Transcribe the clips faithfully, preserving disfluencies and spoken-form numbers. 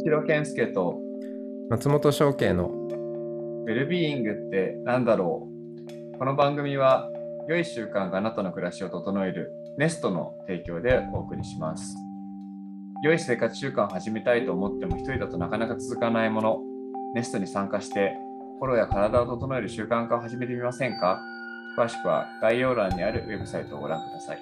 城健介と松本商家のウェルビーイングって何だろう。この番組は良い習慣があなたの暮らしを整えるネストの提供でお送りします。良い生活習慣を始めたいと思っても一人だとなかなか続かないもの、ネストに参加して心や体を整える習慣化を始めてみませんか？詳しくは概要欄にあるウェブサイトをご覧ください。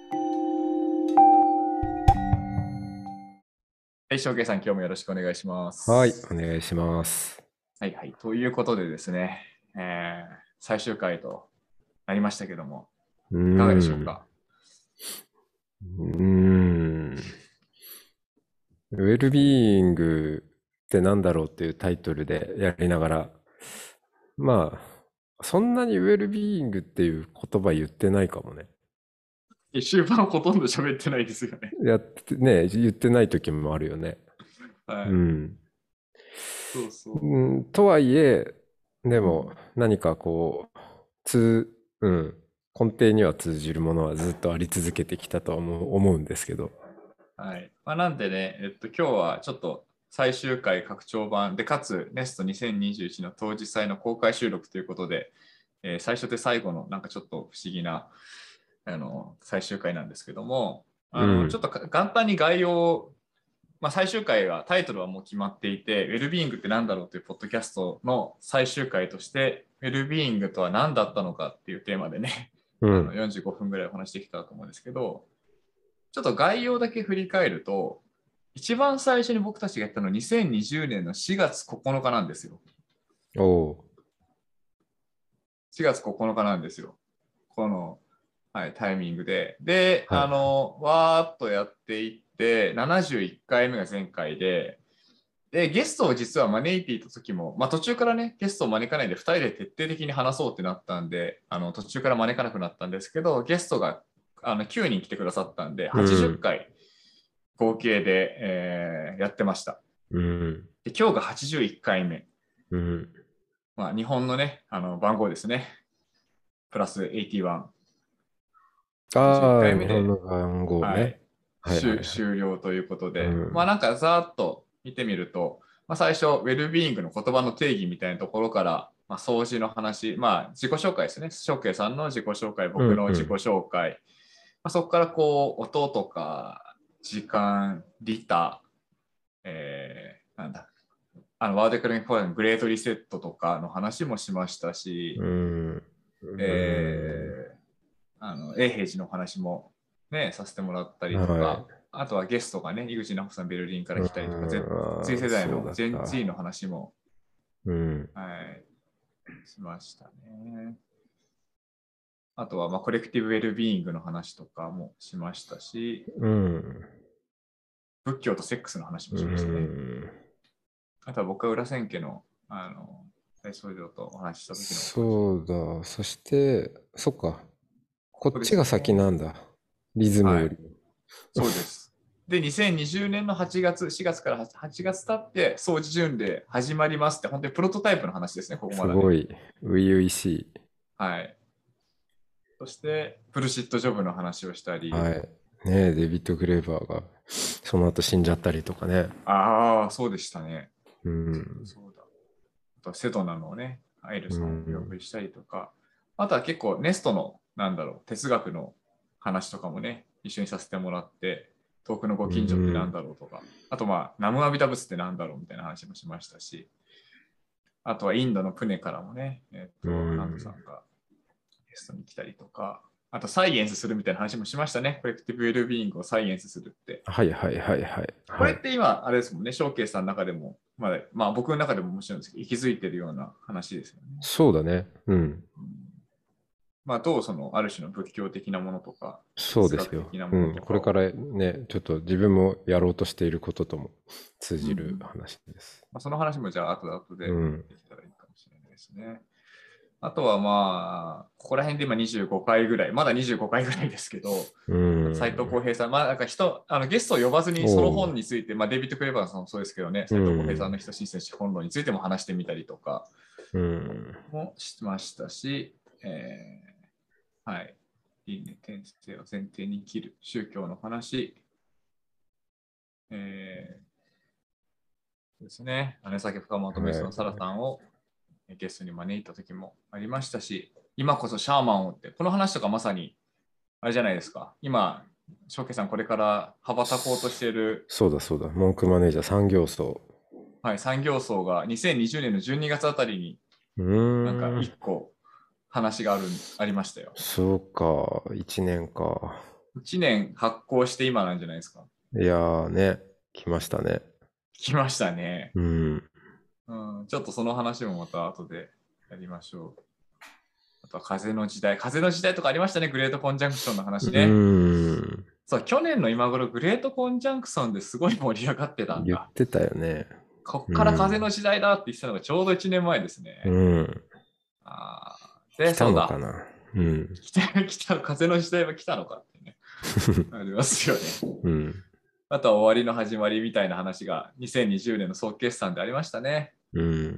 はい、翔慶さん、今日もよろしくお願いします。 はい、お願いします。 はいはい。ということでですね、えー最終回となりましたけども、 うーんいかがでしょうか？ うーん。ウェルビーイングってなんだろうっていうタイトルでやりながら、まあ、そんなにウェルビーイングっていう言葉言ってないかもね。 終盤ほとんど喋ってないですよね。 やってね、言ってない時もあるよね。 はい。 うん。 そうそうん、とはいえ、でう。うもん。 何かこう、つ、うん、根底には通じるものはずっとあり続けてきたとは思う、思うんですけど。 はい。まあ、なんでね、えっと、今日はちょっと最終回拡張版で、かつネストにせんにじゅういちの当日祭の公開収録ということで、えー最初で最後のなんかちょっと不思議なあの最終回なんですけども、あのちょっうん。 と簡単に概要を、まあ、最終回はタイトルはもう決まっていて、ウェルビーイングって何だろうというポッドキャストの最終回として、ウェルビーイングとは何だったのかっていうテーマでね、あのうん。 よんじゅうごふんぐらいお話できたと思うんですけど、ちょっと概要だけ振り返ると、一番最初に僕たちがやったのはにせんにじゅうねんのしがつここのかなんですよ。 おう。 しがつここのかなんですよ。この、はい、タイミングで。で、 はい。 あの、わーっとやっていって、ななじゅういっかいめが前回で、で、ゲストを実は招いていた時も、まあ、途中からね、ゲストを招かないでふたりで徹底的に話そうってなったんで、あの途中から招かなくなったんですけど、ゲストがあのきゅうにん来てくださったんで、 う 80 ん。 回合計で、えーやってました。 うん。 で、今日がはちじゅういっかいめ。 うん。 まあ、日本のね、あの番号ですね。プラスはちじゅういち。はちじゅういっかいああ、 めで、 日本の番号ね。 はい、 はいはいはい。 終了ということうで、まあん。 なんかざーっと見てみると、まあ、最初、ウェルビーイングの言葉の定義みたいなところから、まあ、掃除の話、まあ自己紹介ですね。翔慶さんの自己紹介、 う僕の自己ん。 紹介、まあ、そこからこう、音とか、時間、リタ、えー、なんだ、あのワードクリンフォーのグレートリセットとかの話もしましたし、 うん。 えー、あの永平寺のお話も、ね、させてもらったうん。はい。 りとか、あとはゲストがね、井口直子さんベルリンからう来たりとか、Z ん。 世代そうだのった。 ジェンツー の話も、 うん。 はい、しましたね。あとは、まあ、コレクティブウェルビーイングの話とかもしましたし、 うん。 仏教とセックスの話もうしましたね。 ん。 あとは僕は裏千家の、あの、大僧侶とお話しした時の話。 そうだ。そして、そっか。こそうでっちが先すね。 なんだ。リズムはい。 よりも。 そうです。で、にせんにじゅうねんのはちがつ、しがつからはちがつ経って、掃除巡礼始まりますって、本当にプロトタイプの話ですね、ここまだね。 すごい、初々しい。 はい。そして、プルシットジョブの話をしたり、 はい。ねえ、デビッド・グレーバーが、その後死んじゃったりとかね。 ああ、そうでしたね。 うん。 そうだ。あと、セドナのね、アイルうさんをお呼ん。 びしたりとか、あとは結構ネストの、なんだろう、哲学の話とかもね、一緒にさせてもらって、遠くのごう近所ってなんん。 だろうとか、あとまあ、ナムアビダ仏ってなんだろうみたいな話もしましたし、あとはインドのプネからもね、えっうと、アナンドさん。 んがゲストに来たりとか、あとサイエンスするみたいな話もしましたね。コレクティブウェルビーイングをサイエンスするって。 はいはいはいはい。 これっはい。 て今、あれですもんね、ショーケースさんの中でも、まあ、まあ僕の中でももちろんですけど、息づいてるような話ですよね。 そうだね。うん。 うん、まあ、どうその、ある種の仏教的なものとか、哲そうですよ。 学的なものうん。 とかを、 これからね、ちょっと自分もやろうとしていることとも通じるうん、 話です。 まあ、その話もじゃあ、後々でうん。 できたらいいかもしれないですね。あとはまあ、ここら辺で今にじゅうごかいぐらい、まだにじゅうごかいぐらいですけど、 う斉藤ん。 浩平さん、まあなんか人、あのゲストを呼ばずにそのおう。 本について、まあデビッド・クレバーさんもそうですけどね、 う斉藤浩平さんのん。 人新選手本論についても話してみたりとかうん。 もしましたし、えー、はい。輪廻転生を前提に生きる宗教の話、えーですね。姉崎深本メスのサラさんをゲストに招いた時もありましたし、今こそシャーマンをって、この話とかまさにあれじゃないですか。今、翔慶さんこれから羽ばたこうとしている、 そうだそうだ、文句マネージャー産業層。 はい、産業層がにせんにじゅうねんのじゅうにがつあたりにうーなんかん、 一個話があるありましたよ。 そうか、いちねんか。 いちねん発行して今なんじゃないですか。 いやーね、来ましたね。 来ましたね。 うん。 うん、ちょっとその話もまた後でやりましょう。あとは風の時代。風の時代とかありましたね。グレートコンジャンクションの話うね。 ーん。 そう、去年の今頃グレートコンジャンクションですごい盛り上がってたんだ。 言ってたよね。 こっから風の時代だって言ってたのがちょうどいちねんまえですね。 うん。 あで、 来たそうだ。 のかな。うん。 来た、来た、風の時代は来たのかってね。ありますよね。 うん。 あとは終わりの始まりみたいな話がにせんにじゅうねんの総決算でありましたね。 うん。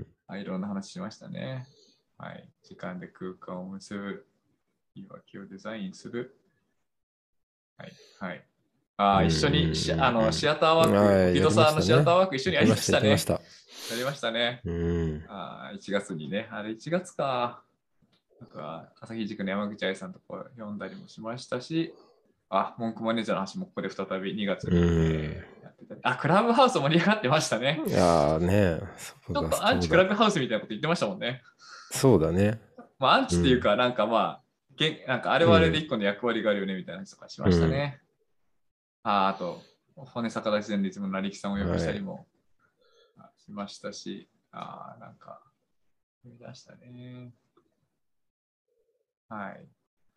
はい、いろんな話しましたね。はい。時間で空間を結ぶ。言い訳をデザインする。はい。はい。ああ、一緒にシあのシアターワーク、 はい、 ビトさんのシアターワーク一緒にやりましたね。 やりました、 やりましたね。 うん。 ああ、いちがつにね。あれいちがつか。なんか、朝日塾の山口愛さんとか読んだりもしましたし、あ、文句マネージャーの話もここで再びにがつに、えーやってたり。あ、クラブハウス盛り上がってましたね。 いやーね、 ちょっとアンチクラブハウスみたいなこと言ってましたもんね。 そうだね。 まあ、アンチっていうか、なんかまあ、げなんかあれはあれで一個の役割があるよねみたいな話とかしましたね。うん、ああと、骨逆立ち前日も成木さんを呼びしたりもしましたし、はい、ああ、なんか、呼び出したね。はい。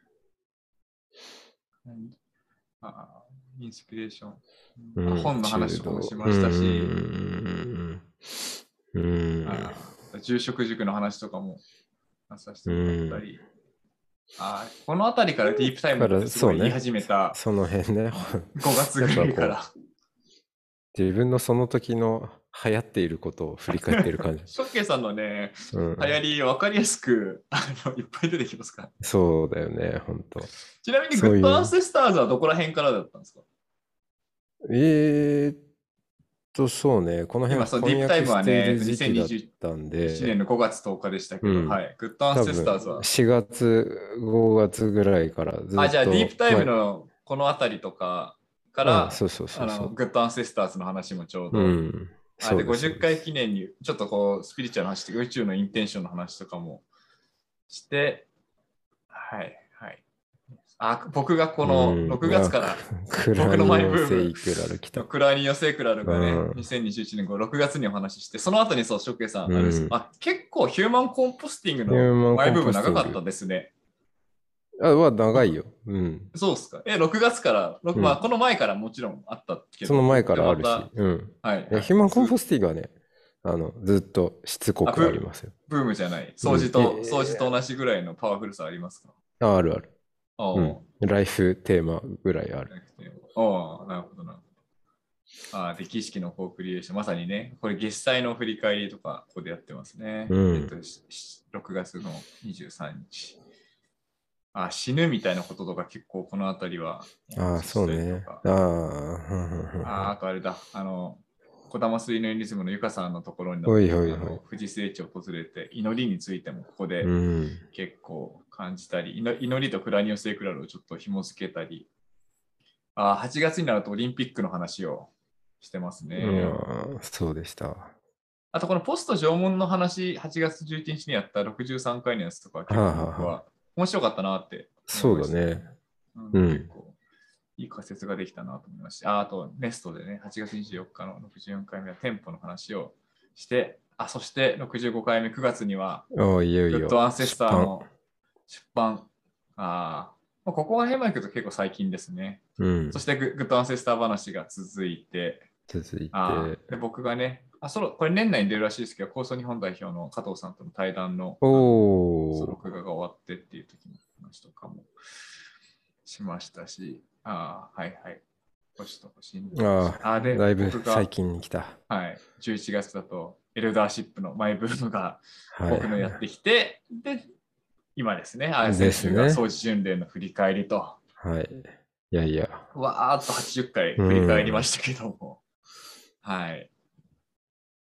あインスピレーション、うん、本の話とかもしましたし、うんうん、住職塾の話とかもさせてもらったり、あこの辺りからディープタイムってすごい言い始めた、 その辺ね、 ごがつぐらいから。自分のその時の流行っていることを振り返っている感じ。 ショッケーさんのね、うん、流行り分かりやすくあのいっぱい出てきますから。 そうだよね、本当。 ちなみにグッドアンセスターズはどこら辺からだったんですか？ えーっと、そうね、この辺今そのディープタイムはね、にせんにじゅういちねんのごがつとおかでしたけど、うん、はい。グッドアンセスターズは。 しがつ、ごがつぐらいからずっと。 あ、じゃあディープタイムのこの辺りとかから、 うん、そうそうそうそう。 グッドアンセスターズの話もちょうど。うん、あでごじゅっかい記念にちょっとこうスピリチュアルの話とか宇宙のインテンションの話とかもして、はい。あ僕がこのろくがつから僕のマイブームクラニオセイクラルがね、うん、にせんにじゅういちねんごろくがつにお話しして、その後にそう、ショッケーさん、うん、あれです、あ結構ヒューマンコンポスティングのマイブーム長かったですね。 あは長いよ。うん。 そうっすか。え、ろくがつから、うん、まあこの前からもちろんあったけど。 その前からあるし。うん。 はい、 はい。ヒューマンコンポスティングはね、あの、ずっとしつこくありますよ。 ブームじゃない。掃除と、うん、掃除と同じぐらいのパワフルさありますか？ あ、あるある。うん、ライフテーマぐらいある。 ああ、なるほどな。ああ、で、儀式のコークリエーション。まさにね、これ月祭の振り返りとか、ここでやってますね。うん、えっと、ろくがつのにじゅうさんにち。あ死ぬみたいなこととか結構この辺りは。 ああ、そうね。ああ、あとあれだ。あの、小玉水のリズムのゆかさんのところにの富士聖地を訪れて、祈りについてもここで結構感じたり、うん、祈りとクラニオセイクラルをちょっと紐付けたり、あはちがつになるとオリンピックの話をしてますね。 うん、そうでした。 あとこのポスト縄文の話、はちがつじゅういちにちにやったろくじゅうさんかいのやつとか、結構僕は面白かったなって思いました。そうだね。 うん、結構いい仮説ができたなと思いました。あ、あとネストでね、はちがつにじゅうよっかのろくじゅうよんかいめは店舗の話をして、あ、そしてろくじゅうごかいめくがつには、 おいよいよグッドアンセスターの出版。あここが辺まで行くと結構最近ですね。うん、そしてグッドアンセスター話が続いて、 続いてで僕がね、あそのこれ年内に出るらしいですけど、構想日本代表の加藤さんとの対談のその録画が終わってっていう時の話とかもしましたし、あはいはい。星と星にああ、でだいぶ最近に来た。 はい。じゅういちがつだとエルダーシップのマイブームが僕のやってきて、はい、で、今ですね、あや選手が総持巡礼の振り返りと。 はい。いやいや。 わーっとはちじゅっかい振り返りましたけども。はい。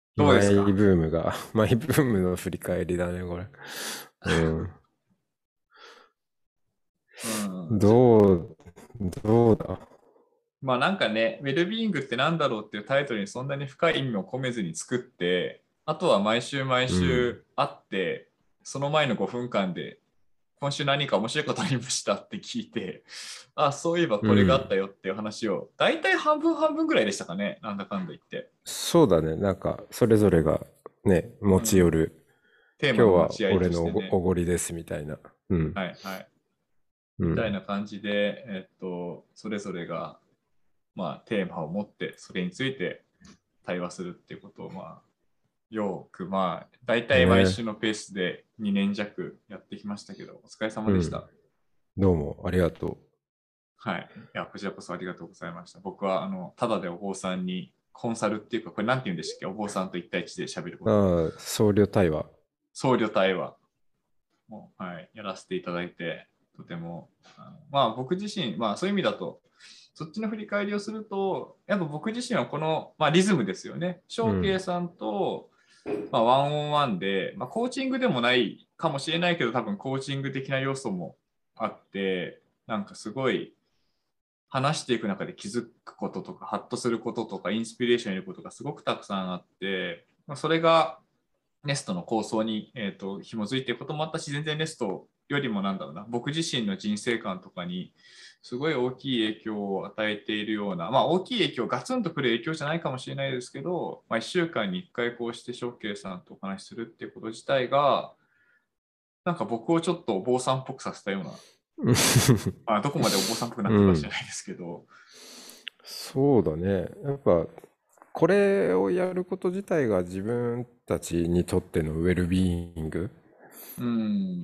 マイどうですか？ ブームが、マイブームの振り返りだね、これ。うん。 うん。ちょどう、どうだ。 まあなんかね、ウェルビーイングってなんだろうっていうタイトルにそんなに深い意味を込めずに作って、あとは毎週毎うん。 週会って、その前のごふんかんで、今週何か面白いことありましたって聞いて、あ、そういえばこれがあっうん。 たよっていう話を、大体半分半分ぐらいでしたかね、なんだかんだ言って。 そうだね。なんか、それぞれがね、持うん。 ち寄る。 テーマの今日は待合と俺のおご、 してね。 おごりですみたいな。うん。 はいはい。みたいうん。 な感じで、えっと、それぞれが、まあ、テーマを持って、それについて対話するっていうことを、まあ、よく、まあ、大体毎ね。 週のペースでにねん弱やってきましたけど、お疲れ様うん。 でした。 どうもありがとはい。いや、こちらこそありがとうございました。僕は、あの、ただでお坊さんにコンサルっていうか、これなんて言うんでしたっけ？お坊さんと一対一で喋るこう。 と。 ああ、僧侶対話。 僧侶対話も、はい、やらせていただいて、とても、あのまあ僕自身、まあそういう意味だと、そっちの振り返りをすると、やっぱ僕自身はこの、まあ、リズムですよね。翔慶うん。 さんと、まあ、ワンオンワンで、まあ、コーチングでもないかもしれないけど、多分コーチング的な要素もあって、なんかすごい話していく中で気づくこととか、ハッとすることとか、インスピレーションを得ることがすごくたくさんあって、まあ、それがネストの構想に、えーと、紐づいていることもあったし、全然ネストよりもなんだろうな、僕自身の人生観とかにすごい大きい影響を与えているような、まあ大きい影響、ガツンとくる影響じゃないかもしれないですけど、まあ、いっしゅうかんにいっかいこうして翔慶さんとお話しするっていうこと自体が、なんか僕をちょっとお坊さんっぽくさせたような、まあ、どこまでお坊さんっぽくなったか知らうん。 ないですけど、 そうだね。やっぱ、これをやること自体が自分たちにとってのウェルビーイングうん、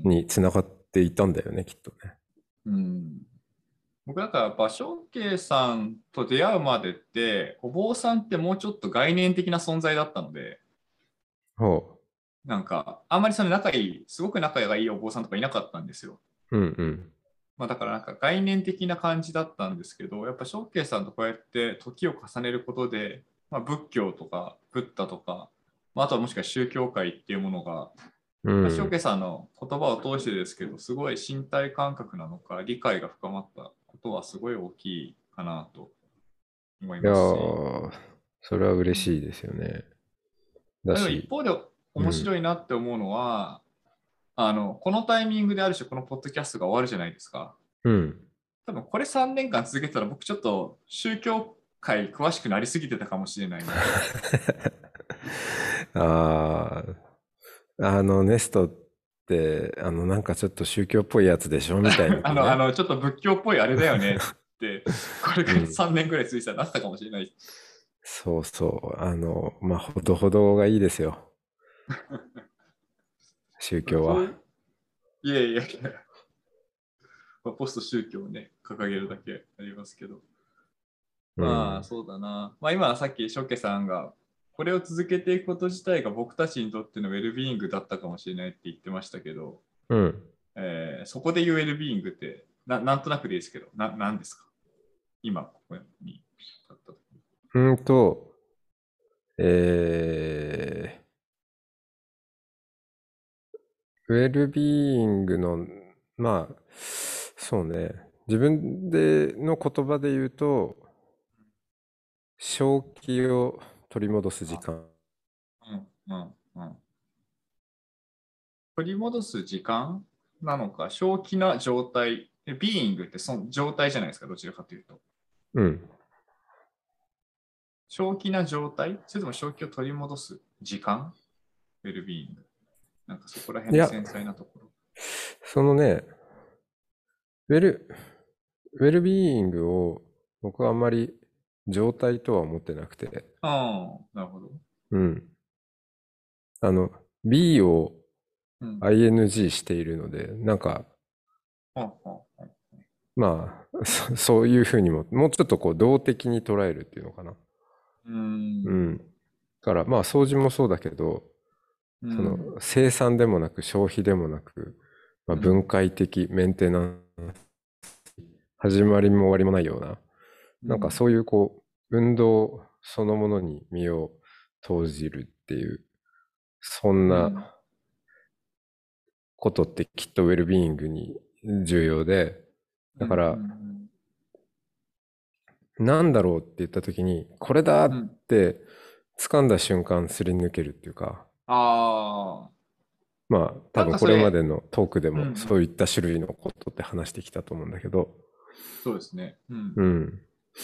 につながっていたんだよね、きっとね。 うん。僕なんかやっぱ翔慶さんと出会うまでってお坊さんってもうちょっと概念的な存在だったので、 ほなんかあんまりその仲いいすごく仲がいいお坊さんとかいなかったんですよ。 う。うんうん。 まあ、だからなんか概念的な感じだったんですけど、やっぱ翔慶さんとこうやって時を重ねることで、まあ、仏教とかブッダとか、まあ、あとはもしくは宗教界っていうものが、まあ、翔うん。 慶さんの言葉を通してですけど、すごい身体感覚なのか理解が深まったことはすごい大きいかなと思いいやますし、 ー、それはうん、 嬉しいですよね。だでも一し、 方で面うん。 白いなって思うのは、あのこのタイミングである種このポッドキャストが終わるじゃないですか。 うん。 多分これさんねんかん続けてたら僕ちょっと宗教界詳しくなりすぎてたかもしれないなと。 ああ、あの、ネストって、あの、なんかちょっと宗教っぽいやつでしょみたいあの、あにね。 の、ちょっと仏教っぽいあれだよねって、これからうん。 さんねんぐらい続いてたらなってたかもしれない。 そうそう。あの、まあ、ほどほどがいいですよ。宗教は。 そういう、いやいやいや、まあポスト宗教をね、掲げるだけありますけど。まあ、 うん。 そうだな。まあ、今さっき、ショケさんが、これを続けていくこと自体が僕たちにとってのウェルビーイングだったかもしれないって言ってましたけど、 うん。 えーそこで言うウェルビーイングってな、なんとなくでいいですけど、な、なんですか？今、ここに立った時。 うんと、えー、ウェルビーイングの、まあ、そうね。自分での言葉で言うと、正気を取り戻す時あ、 間。 うん、うん、うん。取り戻す時間なのか、正気な状態。ビーイングってその状態じゃないですか、どちらかというと。 うん。 正気な状態それとも正気を取り戻す時間ウェルビーイング。なんかそこらいや、 辺の繊細なところ。 そのね、ウェル、ウェルビーイングを僕はあんまり状態とは思ってなくて、 ああ、なるほど。 うん。あの、B をうん。 アイエヌジー しているので、なんか、 はあ、はあ、はあ。 まあ、そそういうふうにも、もうちょっとこう動的に捉えるっていうのかな。 うーん。 うん。だから、まあ、掃除もそうだけど、 うそのん。 生産でもなく消費でもなく、まあ、分うん。 解的メンテナンス、始まりも終わりもないような、なんかうん。 そういうこう、運動そのものに身を投じる。 っていう、そんうん。 なことってきっとウェルビーイングに重要で、 うん。うだから、 ん。 なんだろうって言った時に、これだっうん。 て掴んだ瞬間すり抜けるっていうか、 ああ、 まあ多なん分これまかそれ、 でのトークでうんうもそうん。 いった種類のことって話してきたと思うんだけど、 そうですね。うん。 うん。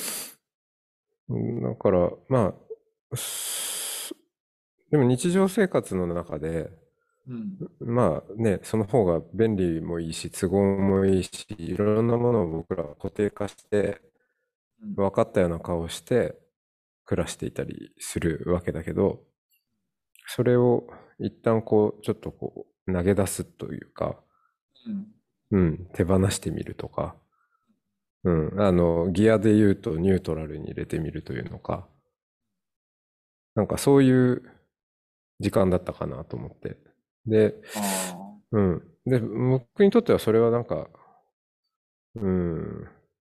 だから、まあ、すでも日常生活の中で、 うん。 まあね、その方が便利もいいし、都合もいいし、いろんなものを僕らは固定化して、 うん。 分かったような顔をして暮らしていたりするわけだけど、それを一旦こう、ちょっとこう、投げ出すというか、 うん。 うん、手放してみるとか、うん、あの、ギアで言うとニュートラルに入れてみるというのか、なんかそういう時間だったかなと思って。で、 ああ。 うん。で、僕にとってはそれはなんか、うん、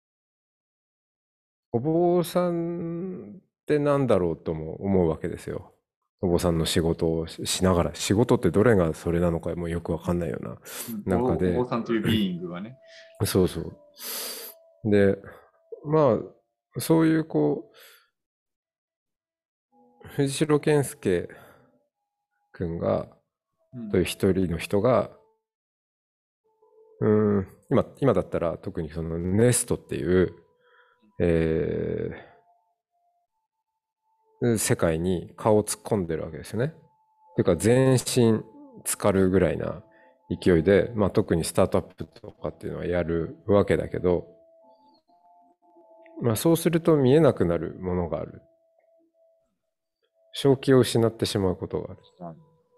お坊さんってなんだろうとも思うわけですよ。お坊さんの仕事をししながら、仕事ってどれがそれなのかもよくわかんないようなうん。お、お中で、 坊さんというビーイングがね。 そうそう。で、まあ、そういうこう、藤代健介くんが、 うん。 という一人の人が、うん、今、今だったら特にそのネストっていう、えー世界に顔を突っ込んでるわけですよね。ていうか全身浸かるぐらいな勢いで、まあ特にスタートアップとかっていうのはやるわけだけど、まあそうすると見えなくなるものがある。正気を失ってしまうことがある。 あ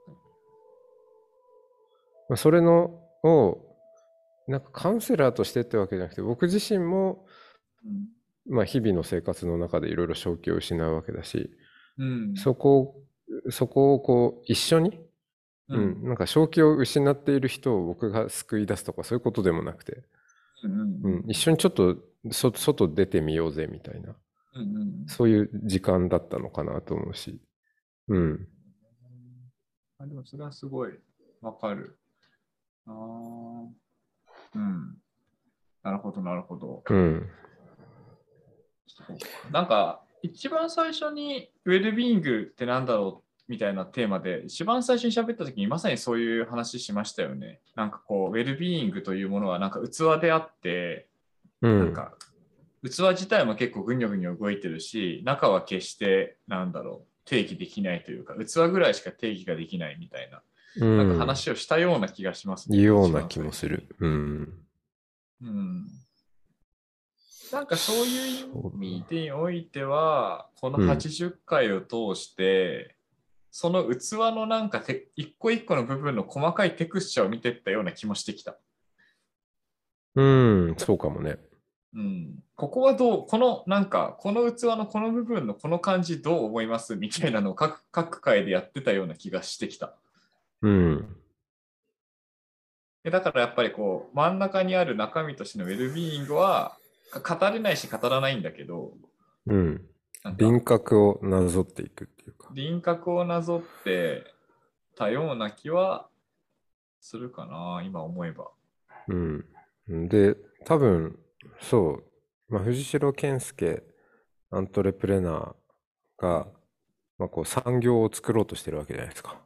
まあ、それのを、なんかカウンセラーとしてってわけじゃなくて、僕自身も、 うん。 まあ日々の生活の中でいろいろ正気を失うわけだし、 うん。 そこを、そこをこう一緒に、うん、 うん。 なんか正気を失っている人を僕が救い出すとかそういうことでもなくて、 うん。ううん、一ん。 緒にちょっとそ外出てみようぜみたいな、 うん。うん。 そういう時間だったのかなと思うし、うん、 あ、でもそれはすごいわかる。ああ。うん。なるほど、なるほど。 うん、 そうか。なんか、一番最初にウェルビーイングってなんだろうみたいなテーマで、一番最初に喋った時にまさにそういう話しましたよね。なんかこう、ウェルビーイングというものはなんか器であって、 うん、 なんか器自体も結構ぐにょぐにょ動いてるし、中は決してなんだろう、定義できないというか、器ぐらいしか定義ができないみたいな、 うなんかん、 話をしたような気がしますね、 いうよう一な気番最初に。 もする。うん。 うん。なんかそういう意そ味においては、このう。うん、 はちじゅっかいを通して、その器のなんかて一個一個の部分の細かいテクスチャーを見てったような気もしてきた。 うん、そうかもね。 うん、ここはどう、このなんか、この器のこの部分のこの感じどう思いますみたいなのを各、各回でやってたような気がしてきた。 うん、 でだからやっぱりこう、真ん中にある中身としてのウェルビーイングは、か語れないし語らないんだけど、 うん。 なんか、 輪郭をなぞっていくっていうか。 輪郭をなぞってたような気はするかな、今思えば。 うん。で、多分、そう、まあ、藤代健介、アントレプレナーが、 うん。 まあ、こう産業を作ろうとしてるわけじゃないですか。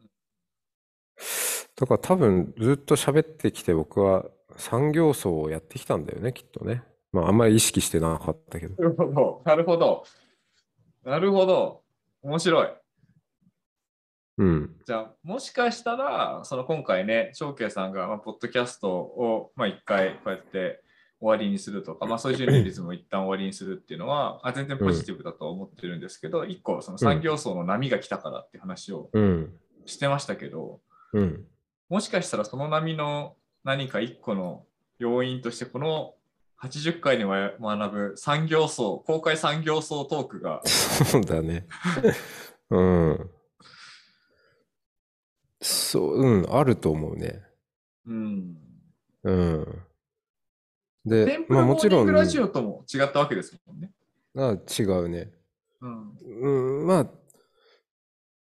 だから多分ずっと喋ってきて僕は産業層をやってきたんだよね、きっとね。まああんまり意識してなかったけど。 なるほど。なるほど。なるほど。面白い。 うん。 じゃあ、もしかしたら、その今回ね、翔慶さんが、まあ、ポッドキャストを、まあ、一回こうやって終わりにするとか、まあ、そういうジャーナリズムを一旦終わりにするっていうのは、あ全然うん。 ポジティブだとは思ってるんですけど、一個、そのうん。 産業層の波が来たからっていう話をうん。 してましたけど、 うん。 もしかしたらその波の何か一個の要因として、このはちじゅっかいに学ぶ産業層、公開産業層トークが、 そうだね。うん。そう、うん、あると思うね。 うん、 うん。で、 テンプまあもちルモーニングラジろん、 オとも違ったわけですもんね。 あ、違うね。 うん。 うん、まあ、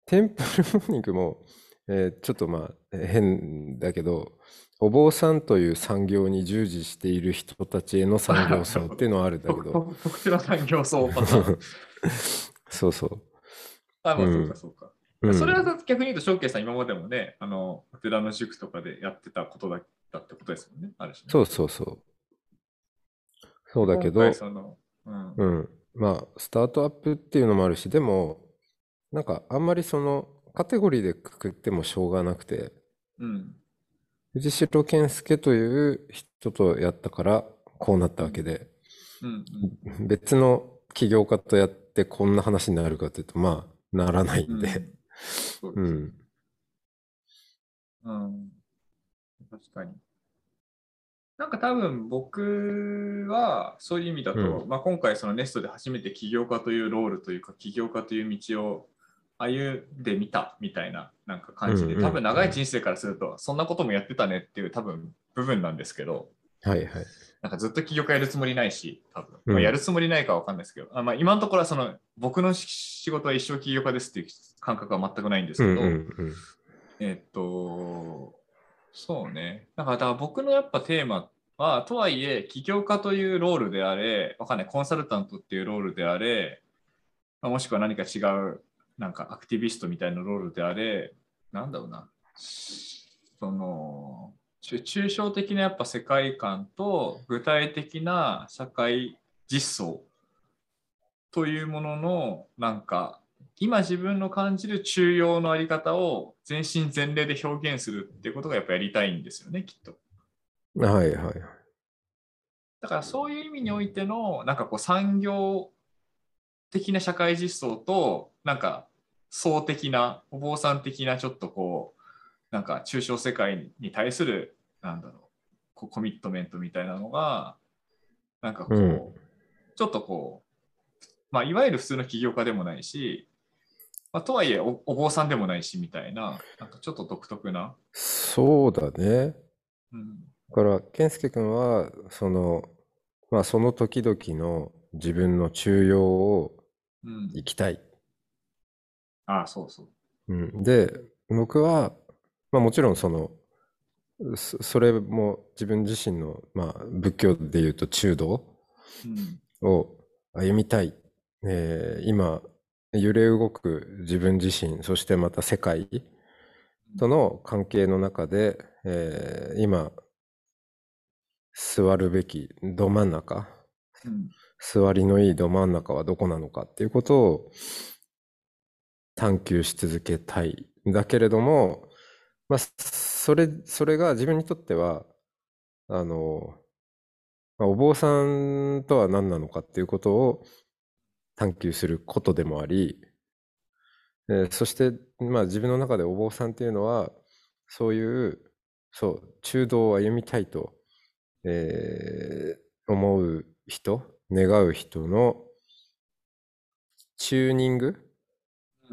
テンプルモーニングも、えーちょっとまあ変だけど、お坊さんという産業に従事している人たちへの産業なるほど。 層っていうのはあるんだけど、 特特特殊な産業層パターン。 そうそあ、 う。 まあそうかうん。 そうか。 うん。 それは逆に言うと、翔慶さん今までもね、あの、お寺の塾とかでやってたことだったってことですもんね、ある種ね。 そうそうそう。そで、 うだけ今回ど、 その、うん、 うん。まあ、スタートアップっていうのもあるし、でも、なんかあんまりそのカテゴリーでくくってもしょうがなくて、 うん、 藤代健介という人とやったからこうなったうん、 わけで、 うん、うん、 別の起業家とやってこんな話になるかというと、まあ、ならないんで。 うん、そうですね。 うん。 うん、確かに。なんか多分僕はそういう意味だと、 うん。 まあ、今回そのネストで初めて起業家というロールというか起業家という道を歩んでみたみたいななんかうんう感じで、多分長いんうん。 人生からするとそんなこともやってたねっていう多分部分なんですけど、 はいはい。 なんかずっと起業家やるつもりないし、多分、まあ、やうん。 るつもりないかわかんないですけど、あ、まあ、今のところはその僕の仕事は一生起業家ですっていう感覚は全くないんですうんうけど、 んえっと、そうね。だからだから僕のやっぱテーマは、とはいえ、起業家というロールであれ、わかんない、コンサルタントっていうロールであれ、まあ、もしくは何か違う、なんかアクティビストみたいなロールであれ、なんだろうな。その、抽抽象的なやっぱ世界観と具体的な社会実装というものの、なんか、今自分の感じる中庸のあり方を全身全霊で表現するっていうことがやっぱやりたいんですよね、きっと。 うん。はいはい。 だからそういう意味においての、なんかこう産業的な社会実装と、なんか層的な、お坊さん的なちょっとこう、なんか抽象世界に対する、なんだろう、こうコミットメントみたいなのが、なんかうん。 こう、ちょっとこう、まあ、いわゆる普通の起業家でもないし、まあ、とはいえお、お坊さんでもないしみたいな、なんかちょっと独特な。 そうだね。 うん。 だから、健介君は、その、まあ、その時々の自分の中庸をうん。 生きたい。 ああ、そうそう。 うん。で、僕は、まあもちろんその、そそれも自分自身の、まあ、仏教で言うと中道うん。 を歩みたい。えー今、揺れ動く自分自身、そしてまた世界との関係の中で、えー今、座るべきど真ん中、 うん。 座りのいいど真ん中はどこなのかっていうことを探求し続けたい。だけれども、まあ、それ、それが自分にとっては、あの、まあ、お坊さんとは何なのかっていうことを探求することでもあり、えーそして、まあ自分の中でお坊さんっていうのは、そういう、そう、中道を歩みたいと、えー思う人、願う人のチューニング、 うん。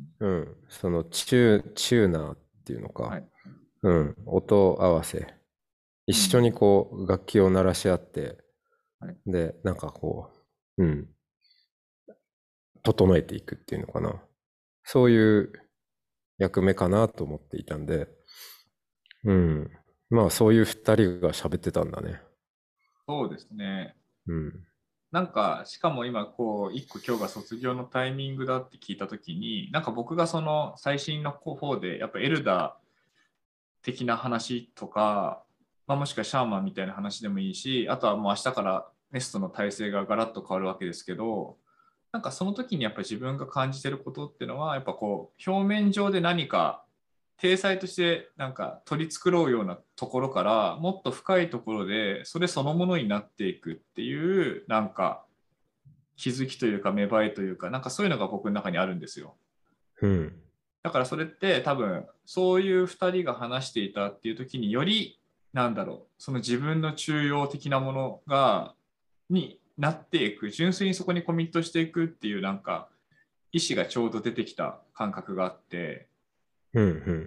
うん、そのチュー、チューナーっていうのか、 はい。 うん、音合わせ。一緒にうん。 こう楽器を鳴らし合って、 はい。 で、なんかこう、うん、整えていくっていうのかな。そういう役目かなと思っていたんで、うん。まあそういう二人が喋ってたんだね。 そうですね。 うん。 なんか、しかも今、こう、一個今日が卒業のタイミングだって聞いたときに、なんか僕がその最新の方で、やっぱエルダー的な話とか、まあ、もしくはシャーマンみたいな話でもいいし、あとはもう明日からネストの体制がガラッと変わるわけですけど、なんかその時にやっぱり自分が感じてることっていうのは、やっぱこう、表面上で何か体裁としてなんか取り繕うようなところから、もっと深いところでそれそのものになっていくっていう、なんか気づきというか芽生えというか、なんかそういうのが僕の中にあるんですよ。 うん。 だからそれって多分そういうふたりが話していたっていう時によりなんだろうその自分の中庸的なものがになっていく純粋にそこにコミットしていくっていうなんか意思がちょうど出てきた感覚があってうん。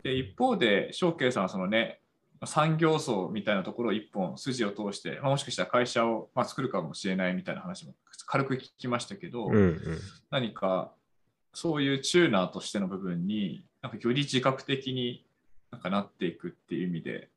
で一方で翔慶さんはそのね産業層みたいなところを一本筋を通して、まあ、もしかしたら会社を、まあ、作るかもしれないみたいな話も軽く聞きましたけうん。うどん。 何かそういうチューナーとしての部分になんかより自覚的になんかなっていくっていう意味で、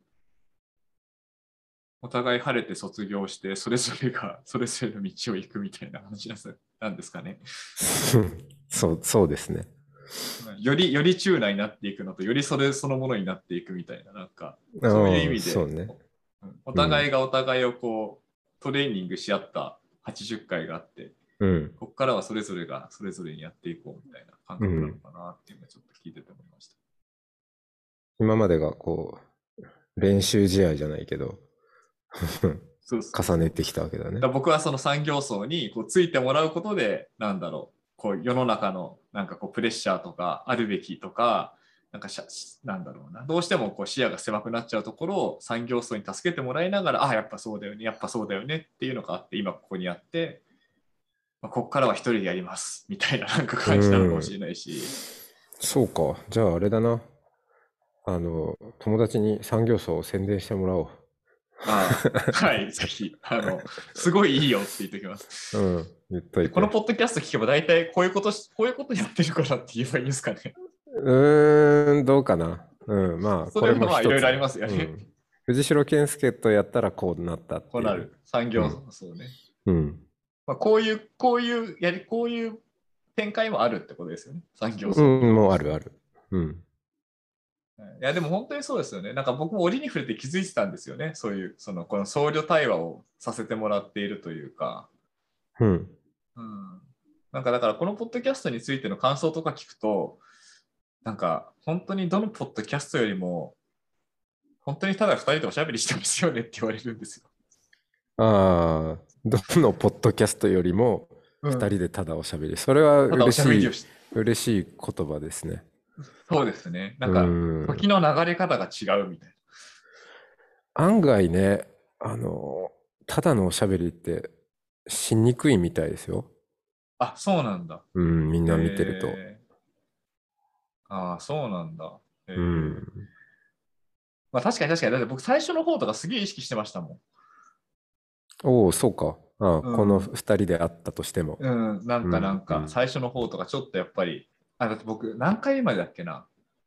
お互い晴れて卒業してそれぞれがそれぞれの道を行くみたいな話なんですかね。 そう、そうですね。 よりよりチューナーになっていくのとよりそれそのものになっていくみたいな、なんかあそういう意味あ、 でそうね。 お互いがお互いをこうトレーニングし合ったはちじゅっかいがあって、 うん。 ここからはそれぞれがそれぞれにやっていこうみたいな感覚なのかなっていうのをちょっと聞いてて思いました。 今までがこう、練習試合じゃないけど、 そうそうそう重ねてきたわけだね。 だ僕はその産業層にこうついてもらうことで、なんだろう、こう世の中のなんかこうプレッシャーとかあるべきとか、なんかしゃなんだろうな、どうしてもこう視野が狭くなっちゃうところを産業層に助けてもらいながら、あ、やっぱそうだよね、やっぱそうだよねっていうのがあって、今ここにあって、まあ、ここからは一人でやりますみたいななんか感じなのかもしれないし。 そうか。じゃああれだな。あの、友達に産業層を宣伝してもらおう。 ああ、はい、ぜひ、あの、すごいいいよって言っておきます。 うん、言っといて。 このポッドキャスト聞けば大体こういうことし、こういうことやってるからって言えばいいんですかね。 うーん、どうかな。うん、まあ、こそれれも一つ。 もまあいろいろありますよね。 うん、藤代健介とやったらこうなったっていう。 こうなる。産業、 うん、 そうね。 うん。 まあ、こういう、こういう、やり、こういう展開もあるってことですよね。産業層。 うん、もうあるある。うん。 いや、でも本当にそうですよね。なんか僕も折に触れて気づいてたんですよね。そういう、その、この僧侶対話をさせてもらっているというか。 うん。 うん。なんかだからこのポッドキャストについての感想とか聞くと、なんか本当にどのポッドキャストよりも、本当にただふたりでおしゃべりしてますよねって言われるんですよ。 ああ、どのポッドキャストよりもうん、 二人でただおしゃべり。それはただお嬉しい、 しゃべりをして。 嬉しい言葉ですね。 そうですね。なうんかん。 時の流れ方が違うみたいな。 案外ね、あの、ただのおしゃべりってしにくいみたいですよ。 あ、そうなんだ。 うん、みんな見てると。 えー、ああ、そうなんだ。えうー、 ん。 まあ確かに確かに。だって僕最初の方とかすげえ意識してましたもおお、そうか。ああ、 ん。うこのん。 二人で会ったとしても。 うん。なんうん、 かなんか、 うん。 最初の方とかちょっとやっぱり、あ、だって僕何回目までだっけな。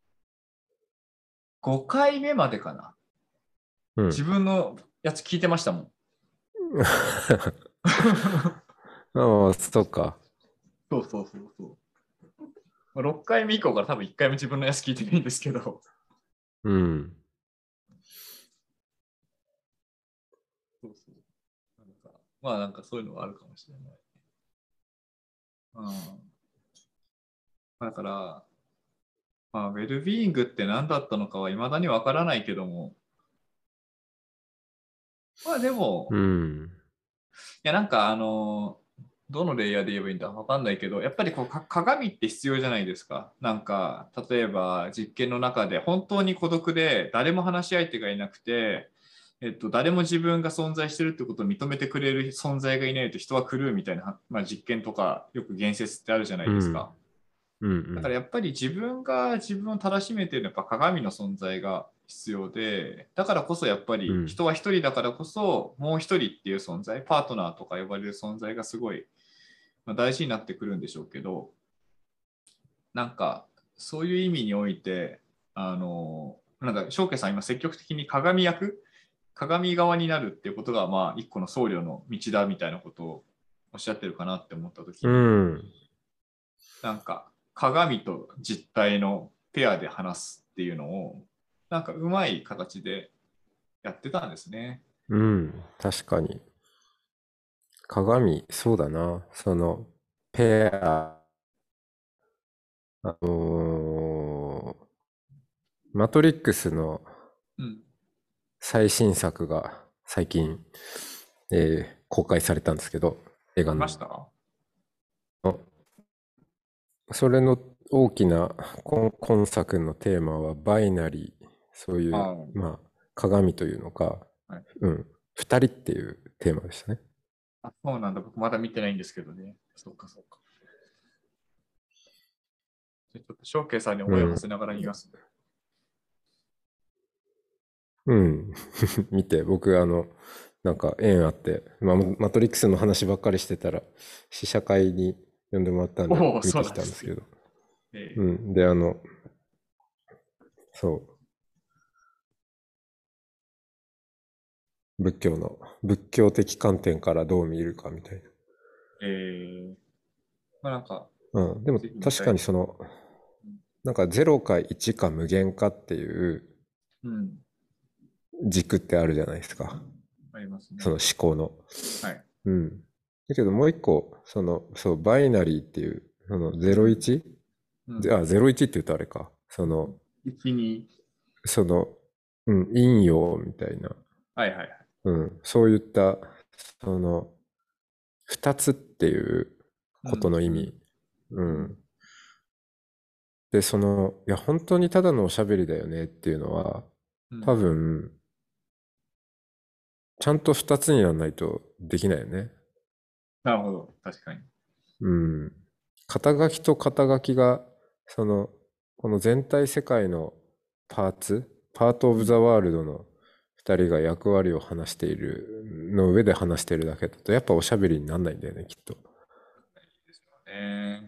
ごかいめまでかな。 うん。 自分のやつ聞いてましたもん。 ああ、そうか。 そうそうそうそう。まあろっかいめ以降から多分いっかいも自分のやつ聞いてないんですけど。 うん。 そうそう。なんかまあなんかそういうのはあるかもしれない。うん。だから、まあ、ウェルビーイングって何だったのかは未だにわからないけども、まあでも、 うん。 いやなんかあの、どのレイヤーで言えばいいんだわかんないけど、やっぱりこうか鏡って必要じゃないですか。なんか、例えば実験の中で本当に孤独で誰も話し相手がいなくて、えっと、誰も自分が存在してるってことを認めてくれる存在がいないと人は狂うみたいな、まあ、実験とかよく言説ってあるじゃなうん。 いですか。 うん。 だからやっぱり自分が自分をたらしめているのはやっぱ鏡の存在が必要で、だからこそやっぱうん。 り人は一人だからこそもう一人っていう存在、パートナーとか呼ばれる存在がすごい大事になってくるんでしょうけど、なんかそういう意味において、あの、なんか翔慶さん今積極的に鏡役、鏡側になるっていうことがまあ一個の僧侶の道だみたいなことをおっしゃってるかなって思ったときうに、 ん。 なんか鏡と実体のペアで話すっていうのをなんかうまい形でやってたんですね。 うん。確かに。鏡、そうだな。その、ペア、あのーマトリックスのうん。 最新作が最近、えー公開されたんですけど、映画の。 見ました？ それの大きな今今作のテーマはバイナリー、そういう、 あ、 まあ、鏡というのか、 はい。 うん、二人っていうテーマでしたね。 あ、そうなんだ。僕まだ見てないんですけどね。そうかそうか。じゃあちょっと翔慶さんにうん。 思いを馳せながら見ますね。 うん。見て、僕、あの、なんか縁あって、まあ、マトリックスの話ばっかりしてたら、試写会に呼んでもらったんで、 おお、 見てきそうなんですね。 たんですけど。 えー、 うん。で、あの、そう、仏教の、仏教的観点からどう見るかみたいえー、まあなんか、 な。うん。でもぜひ見確たいです。 かにその、なんかゼロかいちか無限かっていううん、 軸ってあるじゃないですか。 ありますね。 その思考の。 はい。 うん。だけどもう一個、その、そう、バイナリーっていう、そのうん、 ゼロイチ、 うん。 あ、ゼロイチって言うとあれか。その、 いち、に、 その、うん、陰陽みたいな、 はいはいはい。 うん、そういった、その、二つっていうことうん、うん、 の意味。ううん、 ん。で、その、いや、本当にただのおしゃべりだよねっていうのは、多うん。 分、ちゃんと二つにならないとできないよね。 なるほど。確かに。 うん。肩書きと肩書きが、その、この全体世界のパーツ、パートオブザうん。 ワールドの二人が役割を話しているの上で話しているだけだと、やっぱおしゃべりにならないんだよね、きっと。 ですよね。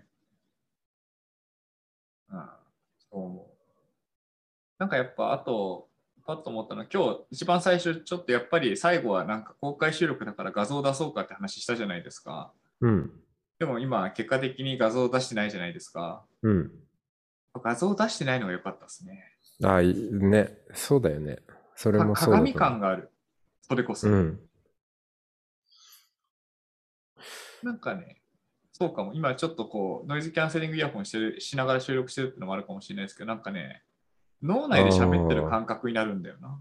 ああ、そう思う。なんかやっぱ、あと、パッと思ったのは、今日一番最初、ちょっとやっぱり最後はなんか公開収録だから画像を出そうかって話したじゃないですか。 うん。 でも今、結果的に画像を出してないじゃないですか。 うん。 画像を出してないのが良かったですね。 ああ、いね。そうだよね。それかもそうだ鏡と思う。 感がある。それこそ。 うん。 なんかね、そうかも。今ちょっとこう、ノイズキャンセリングイヤホンしてる、しながら収録してるってのもあるかもしれないですけど、なんかね、脳あ内で喋ってるあ、 感覚になるんだよな。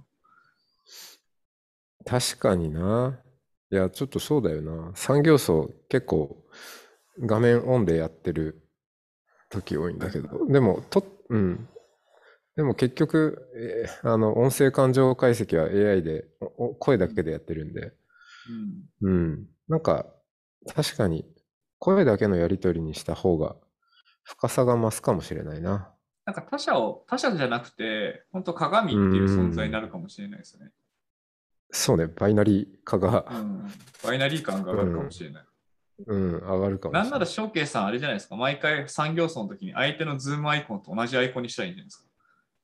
確かにな。いや、ちょっとそうだよな。産業層結構画面オンでやってる時多いんだけど、でも、と、うん。でも結局、えーあの、音声感情解析は エーアイ で、おお声だけでやってるんで、 うん。 うん。なんか、確かに、声だけのやり取りにした方が深さが増すかもしれないな。 なんか他者を、他者じゃなくて、本当う鏡っていう存在になん。 るかもしれないですね。 そうね、バイナリー化が、 うん。バイナリー感が上がるかもうん、 しれない。 うん、上がるかもなんなら、 しれない。 ショーケイさん、あれじゃないですか。毎回産業層の時に相手のズームアイコンと同じアイコンにしたらいいんじゃないですか。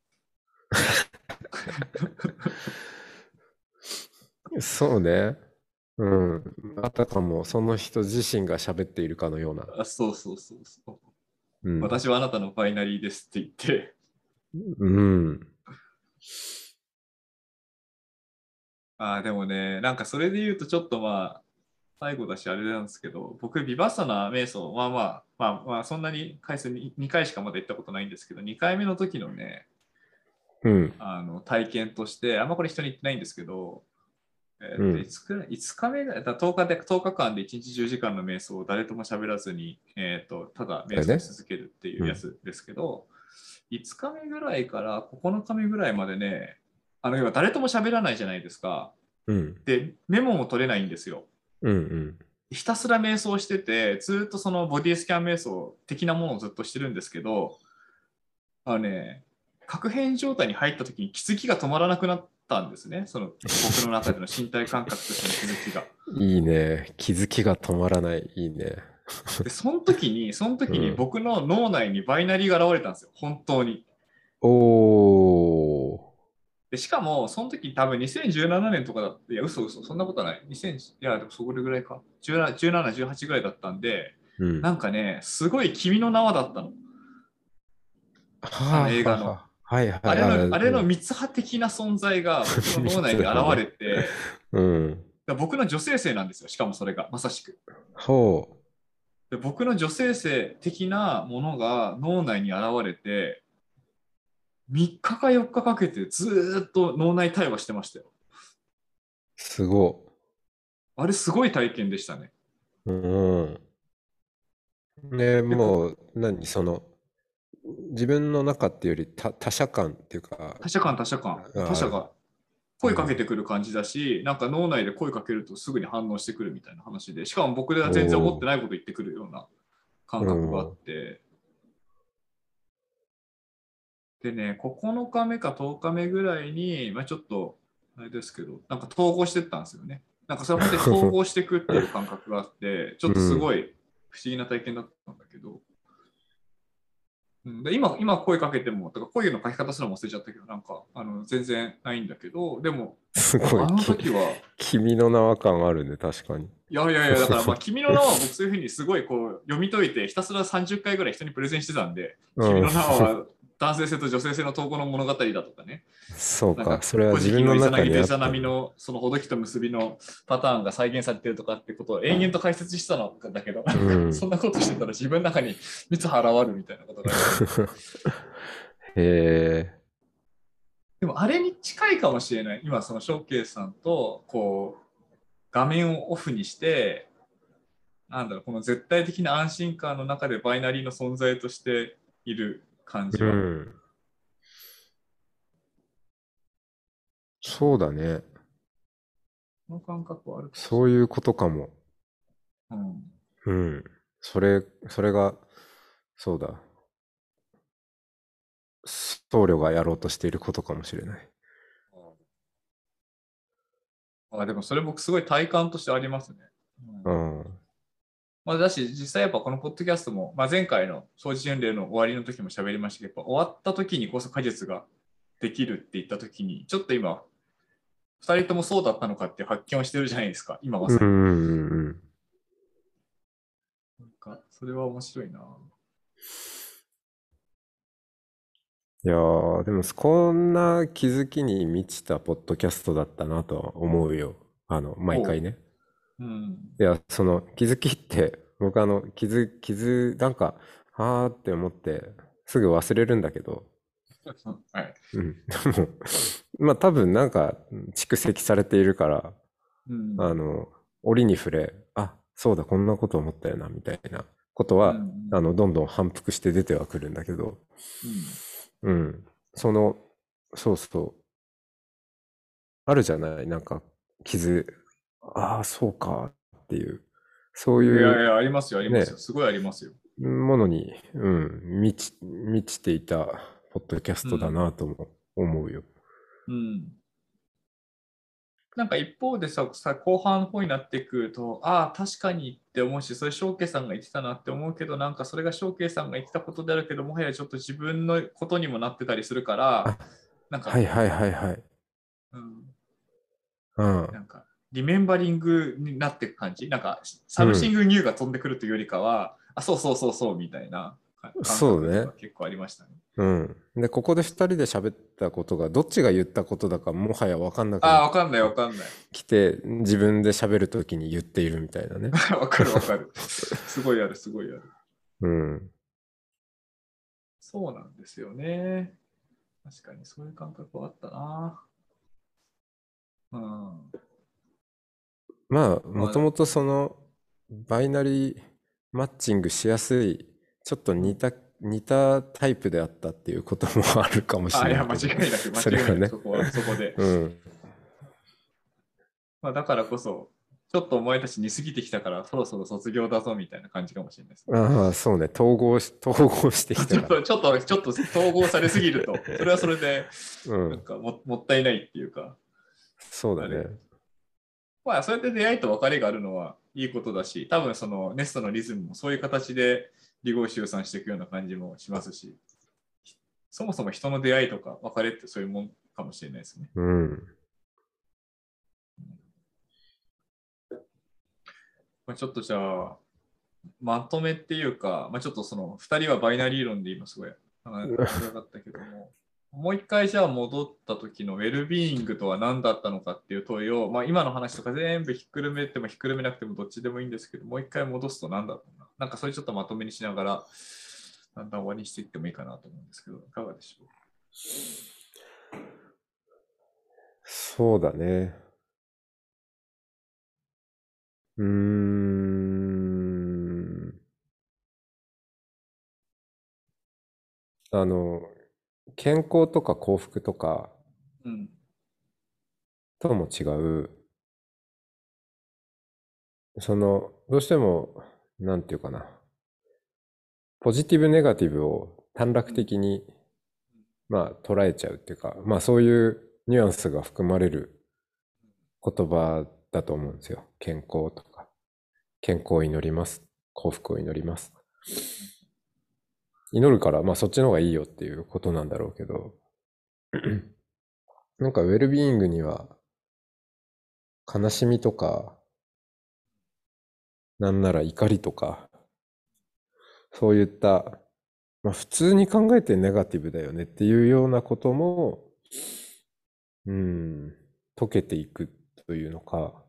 そうね。うん。あたかもその人自身が喋っているかのような。 あ、そうそうそうそう。 うん。 私はあなたのバイナリーですって言って。 うん。 あ、でもね、なんかそれで言うとちょっとまあ、最後だしあれなんですけど、僕、ビバッサナ瞑想、まあまあ、まあまあ、そんなに回数ににかいしかまだ行ったことないんですけど、にかいめの時のね、 うん。 あの体験として、あんまこれ人に言ってないんですけど、えっと、いうん。 つくらい、いつかめぐらい、だとおかで、とおかかんでいちにちじゅうじかんの瞑想を誰とも喋らずに、えっと、ただ瞑想しだよね。 続けるっていううん。 やつですけど、いつかめぐらいからここのかめぐらいまでね、あの、要は誰とも喋らないじゃないですか。 うん。 で、メモも取れないんですよ。 うん。うん。 ひたすら瞑想してて、ずっとそのボディスキャン瞑想的なものをずっとしてるんですけど、あのね、確変状態に入った時に気づきが止まらなくなったんですね。その僕の中での身体感覚としての気づきが。 いいね。気づきが止まらない。いいね。 で、その時に、その時にうん。 僕の脳内にバイナリーが現れたんですよ。本当に。 おー。 で、しかも、その時多分にせんじゅうななねんとかだって、いや、嘘嘘、そんなことない。にせん、いや、でもそこぐらいか。じゅうなな、じゅうなな、じゅうはちぐらいだったんで、 うん。 なんかね、すごい君の名はだったの。あのはあ映画の。 はあはあ。はいはい。あ、 あれの、あれのうん。 三つ葉的な存在が僕の脳内に現三つ葉ね。 れて、 うん。 だ僕の女性性なんですよ。しかもそれが、まさしく。 ほで僕の女性性的なものが脳内に現れて、みっかかよっかかけてずっと脳内対話してましたよ。 う。すごあれすごい体験でしたね。 い。うん。ね、 で、こもう、何、その、自分の中っていうより他、他者感っていうか、 他者間他者間、他がある。 者が声かけうん。 てくる感じだし、なんか脳内で声かけるとすぐに反応してくるみたいな話で、しかも僕ではお全然思ってー。 ないこと言ってくるような感う覚があっん。 て、でね、ここのかめかとおかめぐらいに、まあ、ちょっと、あれですけど、なんか統合してったんですよね。なんかそれ本当に統合していくっていう感覚があって、ちょっとすうん。 ごい不思議な体験だったんだけど、 うん、で今、今声かけても、とか声の書き方すらも忘れちゃったけど、なんか、あの、全然ないんだけど、でも、 すごい、 あのき、 時は、 君の名は感あるね、確かに。 いやいやいや、だからまあ、君の名は僕そういうふうにすごいこう読み解いて、ひたすらさんじゅっかいぐらい人にプレゼンしてたんで、君うん。 の名は男性性と女性性の統合の物語だとかね、 そうか。 なんかそれは自古事記分の中のイザナギとイにあったんだ。 ザナミのそのほどきと結びのパターンが再現されてるとかってことを延々と解説してたのだけど、 うん。 そんなことしてたら自分の中に蜜腹わるみたいなことがありました。 へえ。 でもあれに近いかもしれない。今そのショーケースさんとこう画面をオフにして、なんだろう、この絶対的な安心感の中でバイナリーの存在としている感じうは。 ん。そうだね。 この感覚はあるかもしそういうことかも。 れない。うん。 うん。それ、それが、そうだ。僧侶がやろうとしていることかもしれない。 あ、でもそれ僕すごい体感としてありますね。うん、 うん。 まあ、だし、実際やっぱこのポッドキャストも、まあ、前回の掃除巡礼の終わりの時も喋りましたけど、やっぱ終わった時にこそ果実ができるって言った時に、ちょっと今、ふたりともそうだったのかっていう発見をしてるじゃないですか、今まうんうさに。 んうん。 なんか、それは面白いな。 いやー、でもこんな気づきに満ちたポッドキャストだったなとは思うよ。あの、毎おう。 回ね。 うん。 いや、その気づきって、僕あの、気づ、気づ、なんか、はーって思って、すぐ忘れるんだけど、 はい。 うん。でも、まあ多分なんか蓄積されているから、 うん。 あの、折に触れ、あ、そうだ、こんなこと思ったよな、みたいなことうは、あの、 ん。 どんどん反復して出てはくるんだけど、 うん。 うん。その、そうそう、あるじゃない、なんか、傷、ああ、そうか、っていう、そういういやいや、ありますよ、ありまね、 すよ。すごいありますよ。 ものに、うん、満ち、満ちていた、ポッドキャストだうん。 なとも思うよ。 うん。なんか一方でさ、さ後半の方になってくると、ああ、確かにって思うし、それ、翔慶さんが言ってたなって思うけど、なんかそれが翔慶さんが言ってたことであるけど、もはやちょっと自分のことにもなってたりするから、 あ、 なんか、 はいはいはいはい。 うん、 うん、 なんか、リメンバリングになっていく感じ。なんか、サムシンうん。 グニューが飛んでくるというよりかは、あ、そうそうそうそうみたいな感覚とそうね。 か結構ありましたね。 うん。で、ここで二人で喋ったことが、どっちが言ったことだかもはやわかんなくなああ、 ってわかんないわかんない。 きて、自分で喋るときに言っているみたいなね。 わかるわかる。すごいある、すごいある。 うん。 そうなんですよね。確かにそういう感覚はあったな。うん。 まあ、もまあ、 ともとその、バイナリーマッチングしやすい、ちょっとうん。 似た、似たタイプであったっていうこともあるかもしあ、いや、間れんけど、 違いなく、間違いなく、 それはね。 そこは、そこで。 うん。 まあ、だからこそ、ちょっとお前たち似すぎてきたから、そろそろ卒業だぞみたいな感じかもしれないですね。 ああ、そうね。統合し、統合してきたから。 ちょっと、ちょっと、ちょっと統合されすぎると、それはそれで、 うん。 なんかも、もったいないっていうか、あれ。 そうだね。 まあ、そうやって出会いと別れがあるのはいいことだし、多分そのネストのリズムもそういう形で離合集散していくような感じもしますし、そもそも人の出会いとか別れってそういうもんかもしれないですね。 うん。 まあ、ちょっとじゃあ、まとめっていうか、まあ、ちょっとそのふたりはバイナリー論で今すごい面白かったけども、もう一回じゃあ戻った時のウェルビーイングとは何だったのかっていう問いを、まあ、今の話とか全部ひっくるめてもひっくるめなくてもどっちでもいいんですけど、もう一回戻すと何だったのかな。なんかそれちょっとまとめにしながら、だんだん終わりにしていってもいいかなと思うんですけど、いかがでしょう。 そうだね。うーん。あの、健康とか幸福とかうん。 とも違う、その、どうしても、なんていうかな、ポジティブネガティブを短絡うん。 的に、まあ、捉えちゃうっていうか、まあ、そういうニュアンスが含まれる言葉だと思うんですよ。健康とか、健康を祈ります。幸福を祈ります。 祈るから、まあそっちの方がいいよっていうことなんだろうけど、なんかウェルビーイングには悲しみとか、なんなら怒りとか、そういった、まあ普通に考えてネガティブだよねっていうようなことも、うん、溶けていくというのか、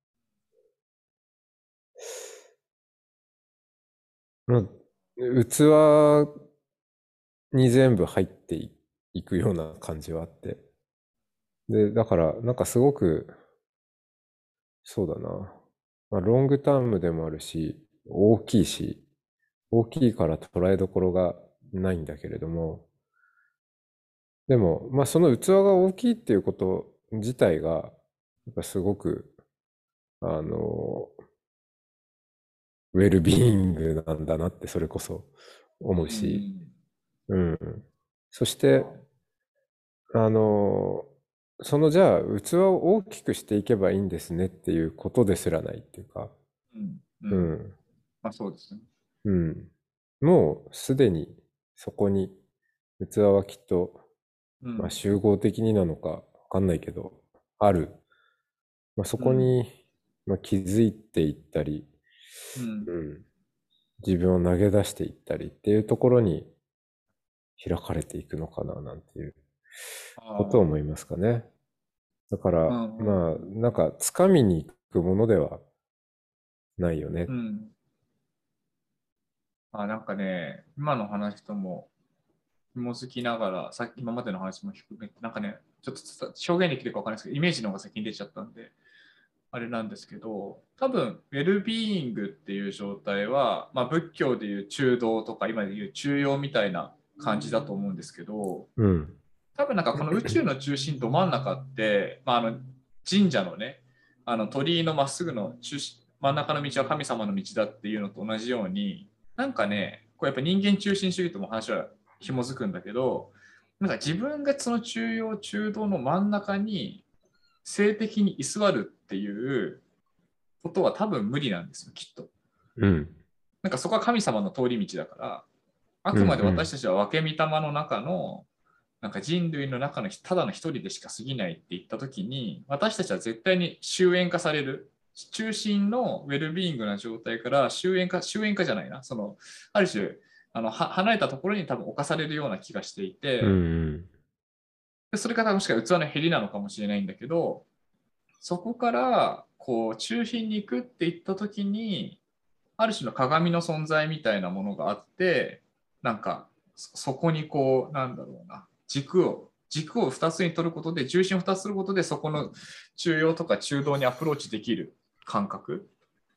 まあ、器に全部入っていいくような感じはあって。で、だから、なんかすごく、そうだな。まあ、ロングタームでもあるし、大きいし、大きいから捉えどころがないんだけれども、でも、まあその器が大きいっていうこと自体が、やっぱすごく、あの、ウェルビーイングなんだなってそれこそ思ううし、 ん。 うん。そして、あの、そのじゃあ器を大きくしていけばいいんですねっていうことですらないっていうか、 うん。うん。 うん、 まあそうですね。 うん。もうすでにそこに器はきっと、まあうん。 集合的になのかわかんないけど、ある。まあそうん。 こに、まあ、気づいていったり、 うん。 うん、自分を投げ出していったりっていうところに開かれていくのかななんていうことを思いあますかね。だかあ。うら、 ん。うん。 まあ、なんか、掴みに行くものではないよね。 うん。あ、なんかね、今の話とも紐づきながら、さっき今までの話も含めて、なんかね、ちょっと表現できるか分かんないですけど、イメージの方が先に出ちゃったんで、あれなんですけど、多分、ウェルビーイングっていう状態は、まあ、仏教でいう中道とか、今でいう中庸みたいな感じだと思うんですけど、 うん。 多分なんかこの宇宙の中心ど真ん中って、まあ、あの神社のね、あの鳥居のまっすぐの中心真ん中の道は神様の道だっていうのと同じように、なんかね、こうやっぱ人間中心主義とも話は紐づくんだけど、なんか自分がその中央中道の真ん中に性的に居座るっていうことは多分無理なんですよ、きっと。 うん。 なんかそこは神様の通り道だから、あうん。うくまで私ん。 たちは分け御霊の中のなんか人類の中のただの一人でしか過ぎないって言った時に、私たちは絶対に終焉化される。中心のウェルビーイングな状態から終焉化、終焉化じゃないな。その、ある種、あのは離れたところに多分侵されるような気がしていうて、 ん。 でそれがもしかしたら器の減りなのかもしれないんだけど、そこからこう中心に行くって言った時に、ある種の鏡の存在みたいなものがあって、なんかそそこにこう、なんだろうな、軸を、軸をふたつに取ることで、重心をふたつすることで、そこの中央とか中道にアプローチできる感覚。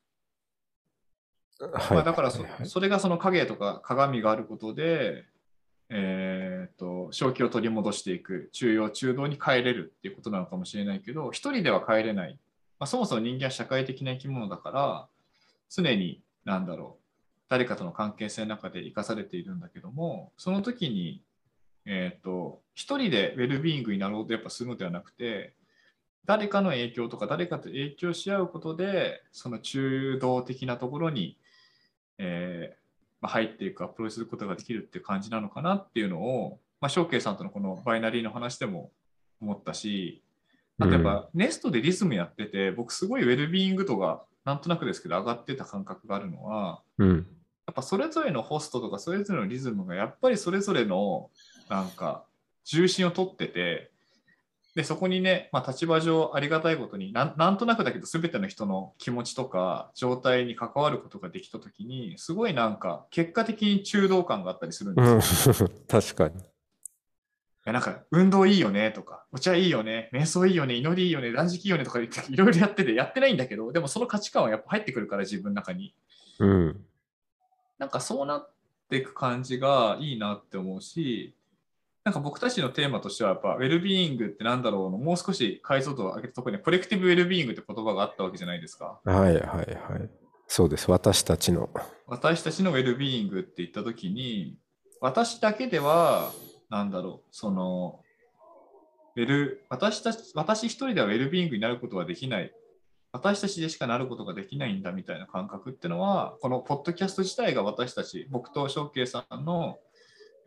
まあ、 はい。 だからそ、 はい。 それがその影とか鏡があることで、えー、と正気を取り戻していく、中央中道に帰れるっていうことなのかもしれないけど、一人では帰れない。まあ、そもそも人間は社会的な生き物だから、常に何だろう、誰かとの関係性の中で生かされているんだけども、その時に、えー、と一人でウェルビーイングになろうとやっぱするのではなくて、誰かの影響とか誰かと影響し合うことで、その中道的なところに、えーまあ、入っていく、アプローチすることができるっていう感じなのかなっていうのを、まあ、翔慶さんとのこのバイナリーの話でも思ったし、あとやっうん。 ぱネストでリズムやってて、僕すごいウェルビーイング度がなんとなくですけど上がってた感覚があるのは、 うん。 やっぱそれぞれのホストとかそれぞれのリズムがやっぱりそれぞれのなんか重心を取ってて、でそこにね、まあ、立場上ありがたいことになんなんとなくだけど全ての人の気持ちとか状態に関わることができた時にすごいなんか結果的に中道感があったりするんうん。 ですよ。 確かに。 やなんか運動いいよねとか、お茶いいよね、瞑想いいよね、祈りいいよね、断食いいよねとか言っていろいろやってて、やってないんだけど、でもその価値観はやっぱ入ってくるから自分の中に。 うん。 なんかそうなっていく感じがいいなって思うし、なんか僕たちのテーマとしてはやっぱウェルビーイングってなんだろうのもう少し解像度を上げたところにコレクティブウェルビーイングって言葉があったわけじゃないですか。 はいはいはい。そうです。私たちの。 私たちのウェルビーイングって言ったときに、私だけでは、なんだろう、その、ウェル、私たち、私一人ではウェルビーイングになることはできない。私たちでしかなることができないんだみたいな感覚っていうのは、このポッドキャスト自体が私たち、僕と翔慶さんの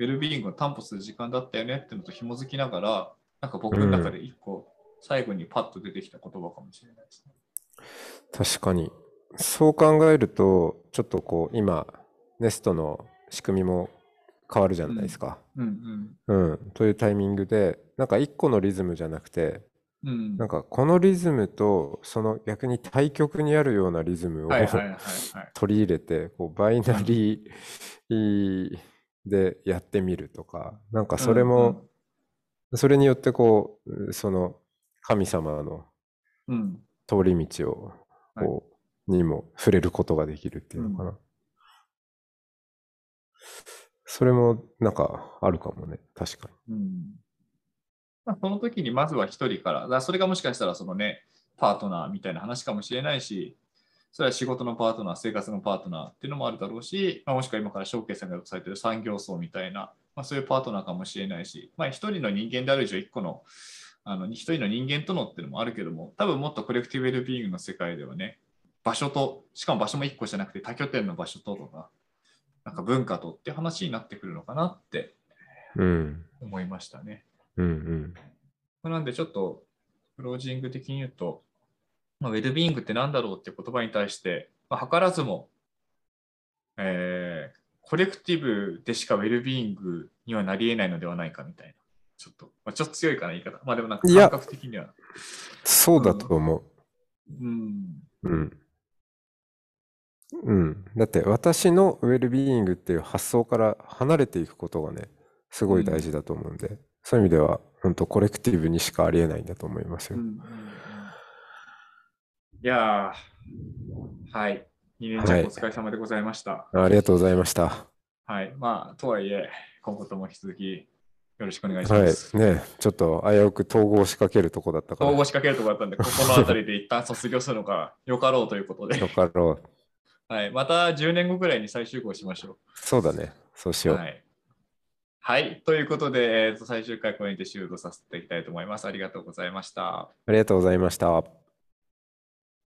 ウェルビーイングを担保する時間だったよねっていうのと紐づきながら、なんか僕の中で一個最後にパッと出てきた言葉かもしれないですね。 確かに。そう考えると、ちょっとこう、今、ネストの仕組みも変わるじゃないですか。 うんうん。 うん。というタイミングで、なんか一個のリズムじゃなくて、 うん。 なんかこのリズムと、その逆に対極にあるようなリズムをはいはいはいはい。 取り入れて、こうバイナうんリーでやってみるとか、なんかうそれも、 んうん。 それによってこう、その神様のうん。 通り道を、 はい。 こう、にも触れることができるっていううん。 のかな。それもなんかあるかもね、確かうん。まあ、その時にまずは一人から、だからそれがもしかしたらそのね、パートナーみたいな話かもしれないし、それは仕事のパートナー、生活のパートナーっていうのもあるだろうし、まあ、もしくは今から翔慶さんがよくされてる産業層みたいな、まあ、そういうパートナーかもしれないし、まあ、一人の人間である以上、一個の、あの一人の人間とのっていうのもあるけども、多分もっとコレクティブウェルビーイングの世界ではね、場所と、しかも場所も一個じゃなくて多拠点の場所ととか、なんか文化とって話になってくるのかなってに。うん。 思いましたね。 うんうん。 なんでちょっとクロージング的に言うと、まあ、ウェルビーイングって何だろうっていう言葉に対して、まあ、図らずも、えー、コレクティブでしかウェルビーイングにはなり得ないのではないかみたいな。ちょっと、まあ、ちょっと強いかな言い方。まあでもなんか感いや、 覚的には。 そうだうん。 と思うん。 う。うん。うん。だって私のウェルビーイングっていう発想から離れていくことがね、すごい大うん。 事だと思うんで、そういう意味では、本当コレクティブにしかありえないんだと思いますよ。 うん。うん。いやー、はい。にねんはい。 弱お疲れ様でございました。 ありがとうございました。 はい。まあ、とはいえ、今後とも引き続きよろしくお願いしまはい。 す。 ね、ちょっと危うく統合しかけるとこだったから。 統合仕掛けるところだったんで、ここの辺りで一旦卒業するのがよかろうということで。 よかろう。 はい。またじゅうねんごぐらいに再集合しましょそうだね。そうしう。 よう。 はい。はい。ということで、えーと最終回これにて終了させていきたいと思います。ありがとうございました。 ありがとうございました。